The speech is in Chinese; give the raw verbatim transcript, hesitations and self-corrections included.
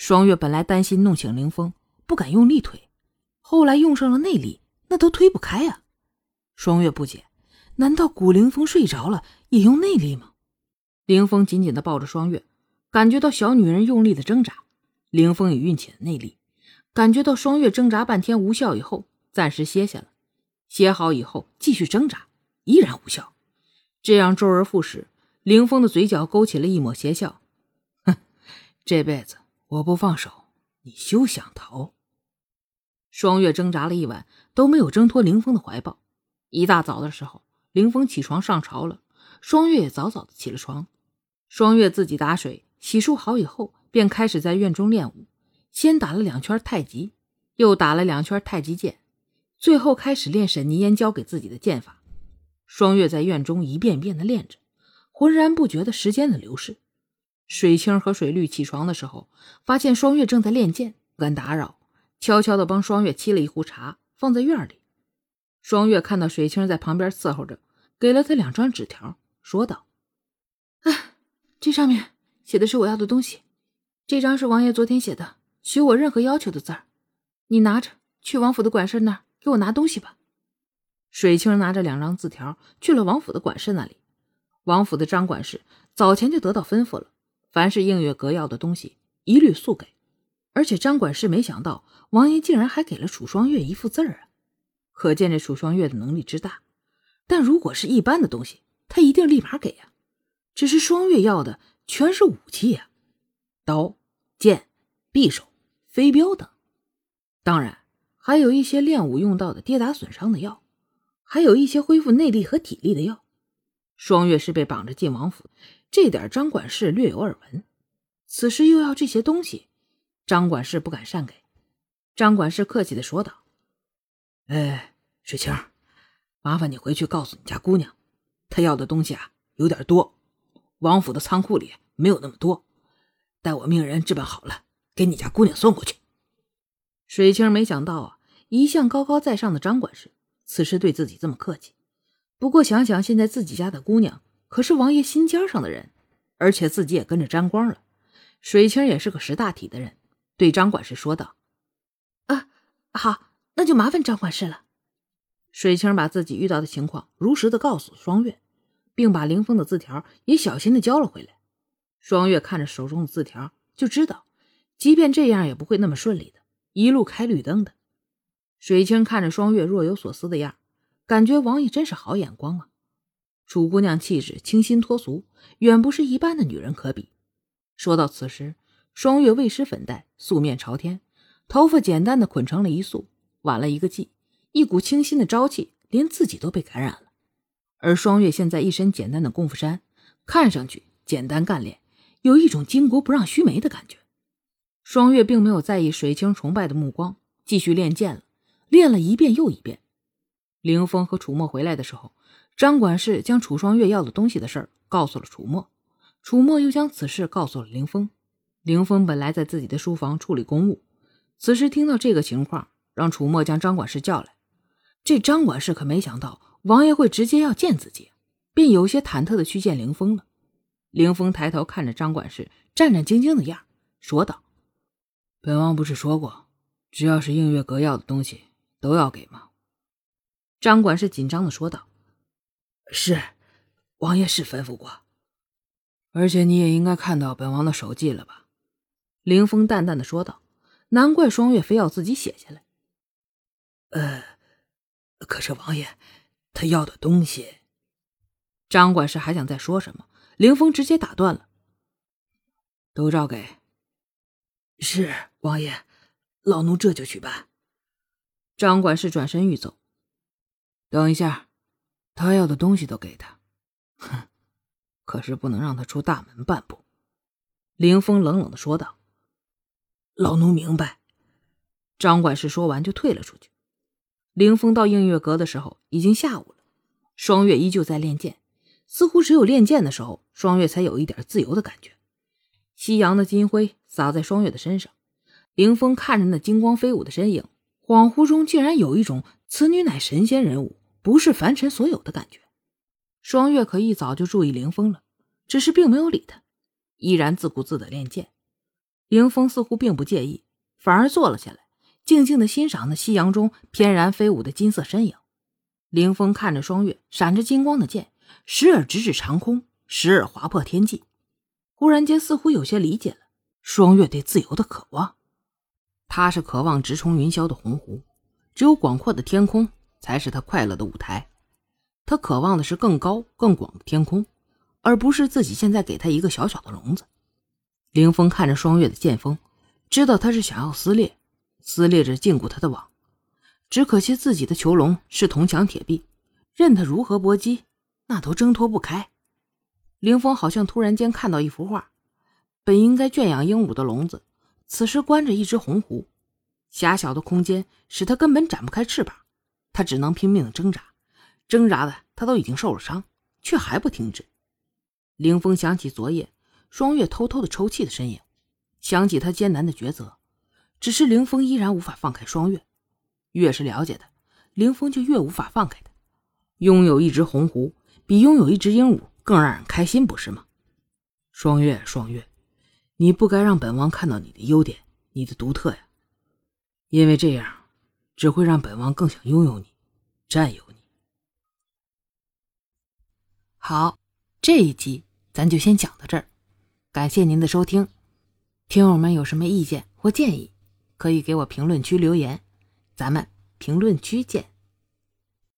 双月本来担心弄醒凌风，不敢用力推，后来用上了内力，那都推不开啊。双月不解，难道古凌风睡着了也用内力吗？凌风紧紧地抱着双月，感觉到小女人用力的挣扎，凌风也运起了内力，感觉到双月挣扎半天无效以后，暂时歇下了，歇好以后继续挣扎，依然无效。这样周而复始，凌风的嘴角勾起了一抹邪笑，哼，这辈子我不放手，你休想逃。双月挣扎了一晚都没有挣脱凌风的怀抱，一大早的时候，凌风起床上朝了，双月也早早的起了床。双月自己打水洗漱好以后，便开始在院中练武，先打了两圈太极，又打了两圈太极剑，最后开始练沈泥烟教给自己的剑法。双月在院中一遍遍的练着，浑然不觉的时间的流逝。水清和水绿起床的时候，发现双月正在练剑，不敢打扰，悄悄地帮双月沏了一壶茶放在院里。双月看到水清在旁边伺候着，给了他两张纸条，说道：哎，这上面写的是我要的东西，这张是王爷昨天写的，许我任何要求的字儿，你拿着去王府的管事那儿给我拿东西吧。水清拿着两张字条去了王府的管事那里。王府的张管事早前就得到吩咐了，凡是映月阁要的东西一律速给，而且张管事没想到王爷竟然还给了楚双月一副字儿啊，可见这楚双月的能力之大。但如果是一般的东西，他一定立马给啊，只是双月要的全是武器啊，刀、剑、匕首、飞镖等，当然还有一些练武用到的跌打损伤的药，还有一些恢复内力和体力的药。双月是被绑着进王府，这点张管事略有耳闻，此时又要这些东西，张管事不敢擅给。张管事客气地说道：哎，水清，麻烦你回去告诉你家姑娘，她要的东西啊有点多，王府的仓库里没有那么多，待我命人置办好了给你家姑娘送过去。水清没想到啊，一向高高在上的张管事此时对自己这么客气，不过想想现在自己家的姑娘可是王爷心尖上的人，而且自己也跟着沾光了，水清也是个识大体的人，对张管事说道：啊，好，那就麻烦张管事了。水清把自己遇到的情况如实的告诉双月，并把凌风的字条也小心的交了回来。双月看着手中的字条就知道，即便这样也不会那么顺利的，一路开绿灯的。水清看着双月若有所思的样，感觉王爷真是好眼光啊。楚姑娘气质清新脱俗，远不是一般的女人可比。说到此时，双月未施粉黛，素面朝天，头发简单的捆成了一束，挽了一个髻，一股清新的朝气连自己都被感染了。而双月现在一身简单的功夫衫，看上去简单干练，有一种巾帼不让须眉的感觉。双月并没有在意水清崇拜的目光，继续练剑了，练了一遍又一遍。凌风和楚墨回来的时候，张管事将楚双月要的东西的事儿告诉了楚墨，楚墨又将此事告诉了凌风。凌风本来在自己的书房处理公务，此时听到这个情况，让楚墨将张管事叫来。这张管事可没想到王爷会直接要见自己，便有些忐忑的去见凌风了。凌风抬头看着张管事战战兢兢的样，说道：本王不是说过，只要是映月阁要的东西都要给吗？张管事紧张地说道：是，王爷是吩咐过。而且你也应该看到本王的手记了吧？凌风淡淡地说道，难怪双月非要自己写下来。呃，可是王爷他要的东西……张管事还想再说什么，凌风直接打断了。都照给。是，王爷，老奴这就去办。张管事转身欲走。等一下，他要的东西都给他，哼，可是不能让他出大门半步。凌风冷冷地说道。老奴明白。张管事说完就退了出去。凌风到映月阁的时候已经下午了，双月依旧在练剑，似乎只有练剑的时候，双月才有一点自由的感觉。夕阳的金辉洒在双月的身上，凌风看着那金光飞舞的身影，恍惚中竟然有一种此女乃神仙人物，不是凡尘所有的感觉。双月可一早就注意凌风了，只是并没有理他，依然自顾自地练剑。 凌风似乎并不介意，反而坐了下来，静静地欣赏那夕阳中翩然飞舞的金色身影。凌风看着双月闪着金光的剑，时而直指长空，时而划破天际。忽然间似乎有些理解了双月对自由的渴望。他是渴望直冲云霄的鸿鹄，只有广阔的天空才是他快乐的舞台。他渴望的是更高更广的天空，而不是自己现在给他一个小小的笼子。凌风看着双月的剑锋，知道他是想要撕裂撕裂着禁锢他的网，只可惜自己的囚笼是铜墙铁壁，任他如何搏击，那都挣脱不开。凌风好像突然间看到一幅画，本应该圈养鹦鹉的笼子，此时关着一只鸿鹄，狭小的空间使他根本展不开翅膀，他只能拼命的挣扎，挣扎的他都已经受了伤，却还不停止。凌风想起昨夜双月偷偷的抽泣的身影，想起他艰难的抉择，只是凌风依然无法放开双月。越是了解他，凌风就越无法放开他。拥有一只鸿鹄比拥有一只鹦鹉更让人开心，不是吗？双月，双月，你不该让本王看到你的优点，你的独特呀，因为这样只会让本王更想拥有你，占有你。好，这一集咱就先讲到这儿，感谢您的收听。听友们有什么意见或建议，可以给我评论区留言，咱们评论区见。